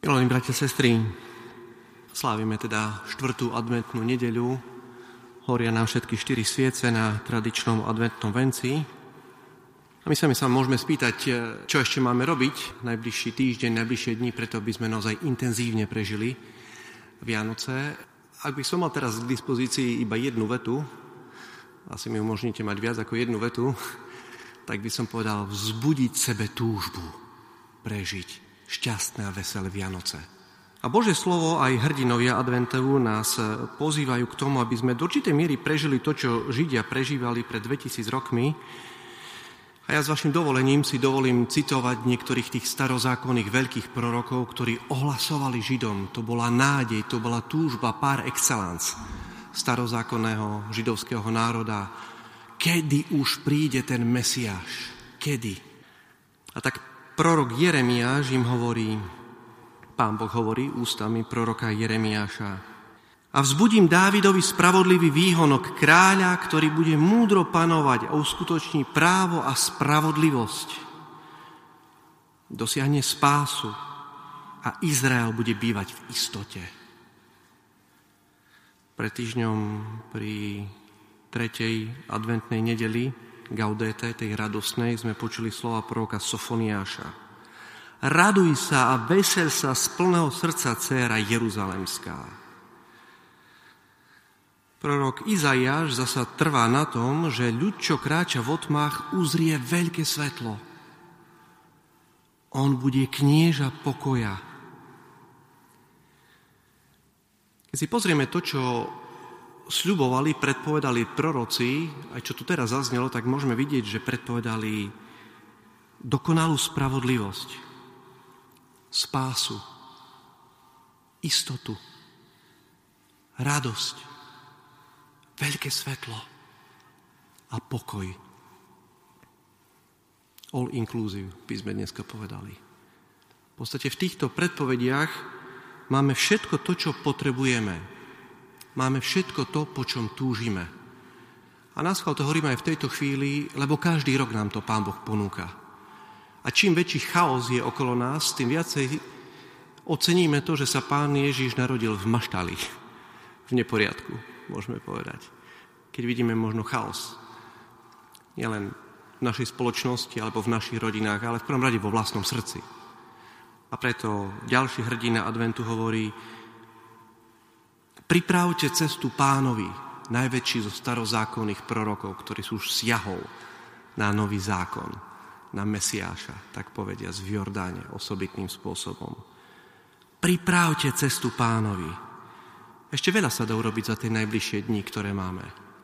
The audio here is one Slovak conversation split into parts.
Milení bratia, sestry, slávime teda 4. adventnú nedeľu. Horia nám všetky 4 sviece na tradičnom adventnom venci. A my sami sa môžeme spýtať, čo ešte máme robiť najbližší týždeň, najbližšie dni, preto by sme naozaj intenzívne prežili Vianoce. Ak by som mal teraz k dispozícii iba jednu vetu, asi mi umožníte mať viac ako jednu vetu, tak by som povedal vzbudiť sebe túžbu prežiť šťastné a veselé Vianoce. A Božie slovo aj hrdinovia adventu nás pozývajú k tomu, aby sme do určitej miery prežili to, čo Židia prežívali pred 2000 rokmi. A ja s vašim dovolením si dovolím citovať niektorých tých starozákonných veľkých prorokov, ktorí ohlasovali Židom. To bola nádej, to bola túžba par excellence starozákonného židovského národa. Kedy už príde ten Mesiáš? Kedy? A tak prorok Jeremiáš im hovorí, Pán Boh hovorí ústami proroka Jeremiáša: a vzbudím Dávidovi spravodlivý výhonok, kráľa, ktorý bude múdro panovať a uskutoční právo a spravodlivosť. Dosiahne spásu a Izrael bude bývať v istote. Pred týždňom pri 3. adventnej nedeli Gaudete, tej radosnej, sme počuli slova proroka Sofoniáša. Raduj sa a vesel sa z plného srdca, dcéra Jeruzalemská. Prorok Izaiáš zasa trvá na tom, že ľud, čo kráča v otmách, uzrie veľké svetlo. On bude knieža pokoja. Keď si pozrieme to, čo sľubovali, predpovedali proroci, aj čo tu teraz zaznelo, tak môžeme vidieť, že predpovedali dokonalú spravodlivosť, spásu, istotu, radosť, veľké svetlo a pokoj. All inclusive, by sme dneska povedali. V podstate v týchto predpovediach máme všetko to, čo potrebujeme. Máme všetko to, po čom túžime. A naschvál to hovoríme aj v tejto chvíli, lebo každý rok nám to Pán Boh ponúka. A čím väčší chaos je okolo nás, tým viacej oceníme to, že sa Pán Ježiš narodil v maštali, v neporiadku, môžeme povedať. Keď vidíme možno chaos, nielen v našej spoločnosti alebo v našich rodinách, ale v prvom rade vo vlastnom srdci. A preto ďalší hrdina adventu hovorí: pripravte cestu Pánovi, najväčší zo starozákonných prorokov, ktorý sú už siahol na nový zákon, na Mesiáša, tak povediac v Jordáne osobitným spôsobom. Pripravte cestu Pánovi. Ešte veľa sa dá urobiť za tie najbližšie dni, ktoré máme.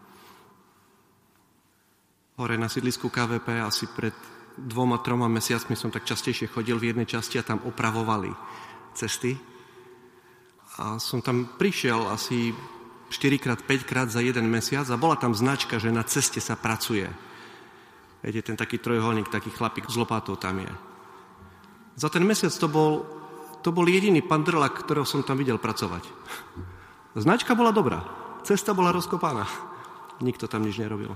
Hore na sídlisku KVP asi pred 2-3 mesiacmi som tak častejšie chodil v jednej časti a tam opravovali cesty. A som tam prišiel asi 4-5 za jeden mesiac a bola tam značka, že na ceste sa pracuje. Viete, ten taký trojuholník, taký chlapík s lopatou tam je. Za ten mesiac to bol jediný pandrlak, ktorého som tam videl pracovať. Značka bola dobrá, cesta bola rozkopaná. Nikto tam nič nerobil.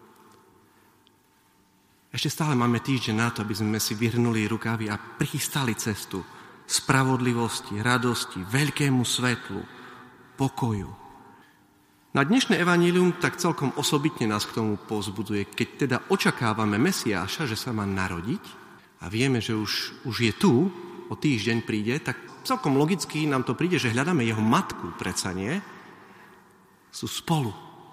Ešte stále máme týždeň na to, aby sme si vyhrnuli rukávy a prichystali cestu spravodlivosti, radosti, veľkému svetlu, pokoju. Na dnešné evanjelium tak celkom osobitne nás k tomu povzbudzuje. Keď teda očakávame Mesiáša, že sa má narodiť a vieme, že už je tu, o týždeň príde, tak celkom logicky nám to príde, že hľadáme jeho matku, predsa nie? Sú spolu.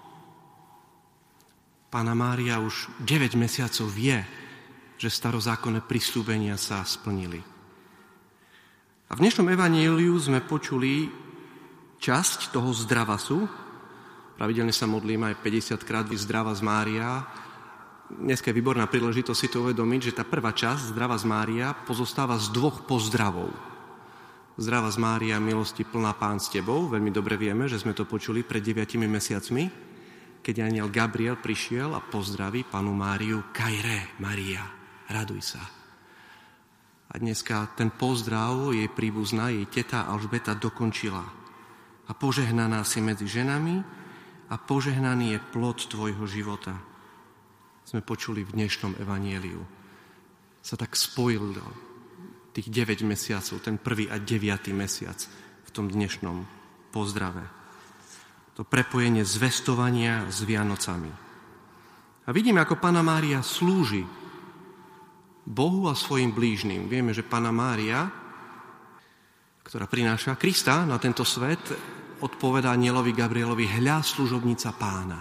Panna Mária už 9 mesiacov vie, že starozákonné prisľúbenia sa splnili. A v dnešnom evanjeliu sme počuli časť toho zdravasu. Pravidelne sa modlíme aj 50 krát Zdravas Mária. Dneska je výborná príležitosť si to uvedomiť, že tá prvá časť Zdravas Mária pozostáva z 2 pozdravov. Zdravas Mária, milosti plná, Pán s tebou. Veľmi dobre vieme, že sme to počuli pred 9 mesiacmi, keď anjel Gabriel prišiel a pozdraví Pannu Máriu: Kajre, Maria, raduj sa. A dneska ten pozdrav jej príbuzná, jej teta Alžbeta dokončila. A požehnaná si medzi ženami a požehnaný je plod tvojho života. Sme počuli v dnešnom evanjeliu. Sa tak spojil tých 9 mesiacov, ten 1. a 9. mesiac v tom dnešnom pozdrave. To prepojenie zvestovania s Vianocami. A vidíme, ako Panna Mária slúži Bohu a svojim blížnym. Vieme, že Panna Mária, ktorá prináša Krista na tento svet, odpovedá anielovi Gabrielovi: hľa, služobnica Pána.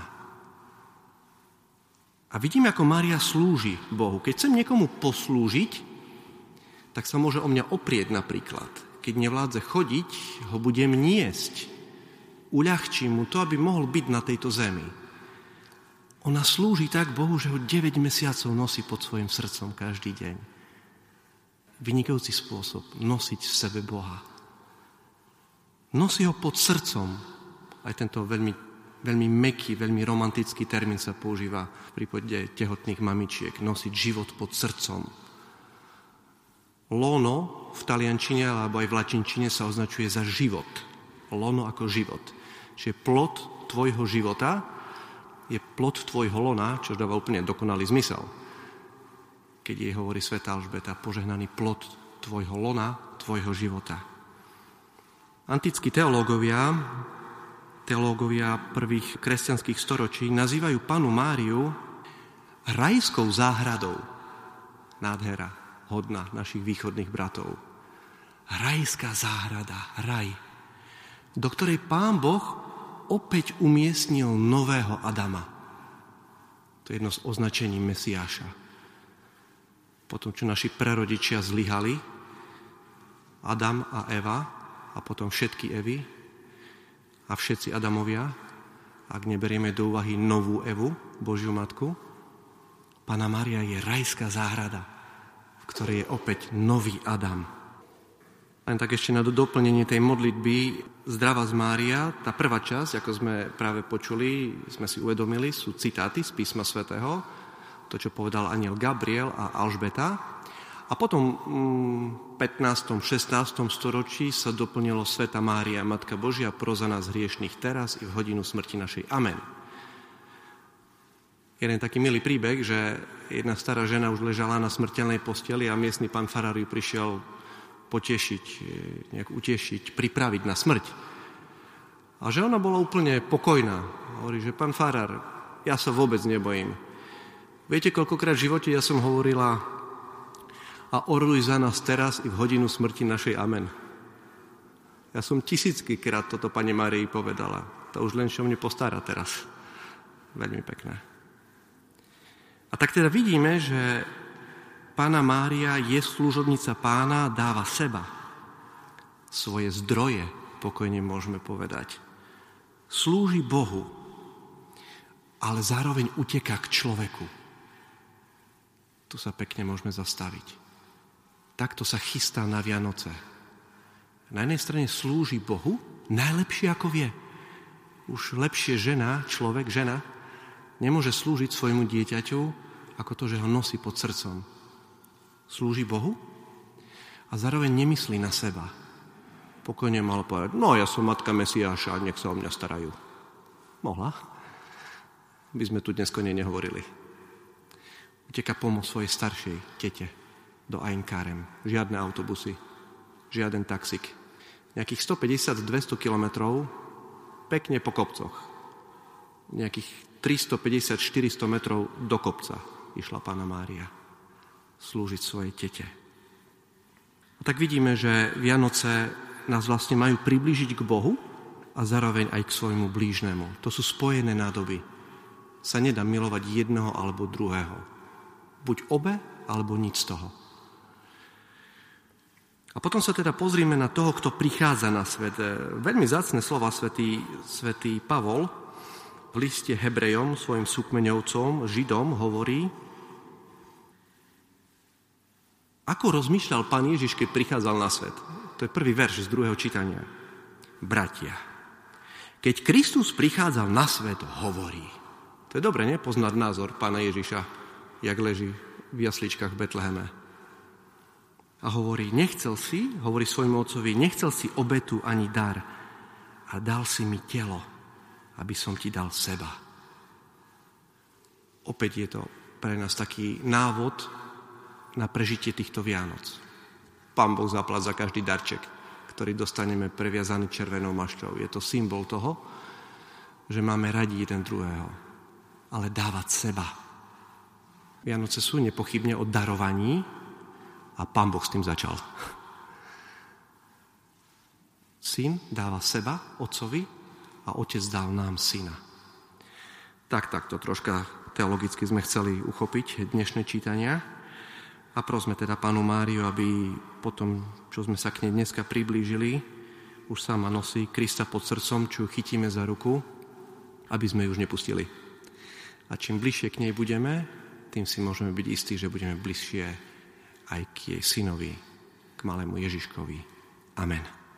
A vidíme, ako Mária slúži Bohu. Keď chcem niekomu poslúžiť, tak sa môže o mňa oprieť napríklad. Keď nevládze chodiť, ho budem niesť. Uľahčím mu to, aby mohol byť na tejto zemi. Ona slúži tak Bohu, že ho 9 mesiacov nosí pod svojim srdcom každý deň. Vynikajúci spôsob nosiť v sebe Boha. Nosí ho pod srdcom. Aj tento veľmi, veľmi mäkký, veľmi romantický termín sa používa v prípade tehotných mamičiek. Nosiť život pod srdcom. Lono v taliančine alebo aj v latinčine sa označuje za život. Lono ako život. Čiže plod tvojho života je plod tvojho lona, čo dáva úplne dokonalý zmysel. Keď jej hovorí svätá Alžbeta: požehnaný plod tvojho lona, tvojho života. Antickí teológovia prvých kresťanských storočí nazývajú Pannu Máriu rajskou záhradou. Nádhera, hodná našich východných bratov. Rajská záhrada, raj, do ktorej Pán Boh opäť umiestnil nového Adama. To je jedno z označení Mesiáša. Potom, čo naši prarodičia zlyhali, Adam a Eva, a potom všetky Evy a všetci Adamovia, ak neberieme do úvahy novú Evu, Božiu matku, Panna Mária je rajská záhrada, v ktorej je opäť nový Adam. Len tak ešte na doplnenie tej modlitby Zdravá z Mária, tá prvá časť, ako sme práve počuli, sme si uvedomili, sú citáty z písma svätého, to, čo povedal anjel Gabriel a Alžbeta. A potom v 15. 16. storočí sa doplnilo Svätá Mária, Matka Božia, pro za nás hriešných teraz i v hodinu smrti našej. Amen. Jeden taký milý príbeh, že jedna stará žena už ležala na smrteľnej posteli a miestny pán farár ju prišiel potešiť, nejak utešiť, pripraviť na smrť. A že ona bola úplne pokojná. Hovorí, že pán farár, ja sa vôbec nebojím. Viete, koľkokrát v živote ja som hovorila: a oruj za nás teraz i v hodinu smrti našej. Amen. Ja som 1000-krát toto Panne Márii povedala. To už len čo mne postará teraz. Veľmi pekné. A tak teda vidíme, že Panna Mária je služobnica Pána, dáva seba. Svoje zdroje, pokojne môžeme povedať. Slúži Bohu, ale zároveň uteká k človeku. Tu sa pekne môžeme zastaviť. Takto sa chystá na Vianoce. Na jednej strane slúži Bohu najlepšie, ako vie. Už lepšie žena nemôže slúžiť svojmu dieťaťu, ako to, že ho nosí pod srdcom. Slúži Bohu a zároveň nemyslí na seba. Pokojne mal povedať: no, ja som matka Mesiáša, nech sa o mňa starajú. Mohla? By sme tu dnes konej nehovorili. Uteká pomôcť svojej staršej tete do Ain Karem. Žiadne autobusy, žiaden taxík. Nejakých 150-200 kilometrov pekne po kopcoch. Nejakých 350-400 metrov do kopca išla Panna Mária slúžiť svojej tete. A tak vidíme, že Vianoce nás vlastne majú priblížiť k Bohu a zároveň aj k svojmu blížnemu. To sú spojené nádoby. Sa nedá milovať jedného alebo druhého. Buď obe, alebo nič z toho. A potom sa teda pozrime na toho, kto prichádza na svet. Veľmi vzácne slova svätý Pavol v liste Hebrejom, svojim súkmeňovcom, Židom, hovorí: ako rozmýšľal Pán Ježiš, keď prichádzal na svet. To je prvý verš z druhého čítania. Bratia, keď Kristus prichádzal na svet, hovorí. To je dobre, nie? Poznať názor Pána Ježiša, jak leží v jasličkách v Betleheme. A hovorí svojmu otcovi, nechcel si obetu ani dar, a dal si mi telo, aby som ti dal seba. Opäť je to pre nás taký návod na prežitie týchto Vianoc. Pán Boh zaplat za každý darček, ktorý dostaneme previazaný červenou mašťou. Je to symbol toho, že máme radi jeden druhého, ale dávať seba. Vianoce sú nepochybne o darovaní a Pán Boh s tým začal. Syn dáva seba otcovi a otec dal nám syna. Takto troška teologicky sme chceli uchopiť dnešné čítania a prosme teda Pannu Máriu, aby potom, čo sme sa k nej dneska priblížili, už sama nosí Krista pod srdcom, čo chytíme za ruku, aby sme ju už nepustili. A čím bližšie k nej budeme, tým si môžeme byť istí, že budeme bližšie aj k jej synovi, k malému Ježiškovi. Amen.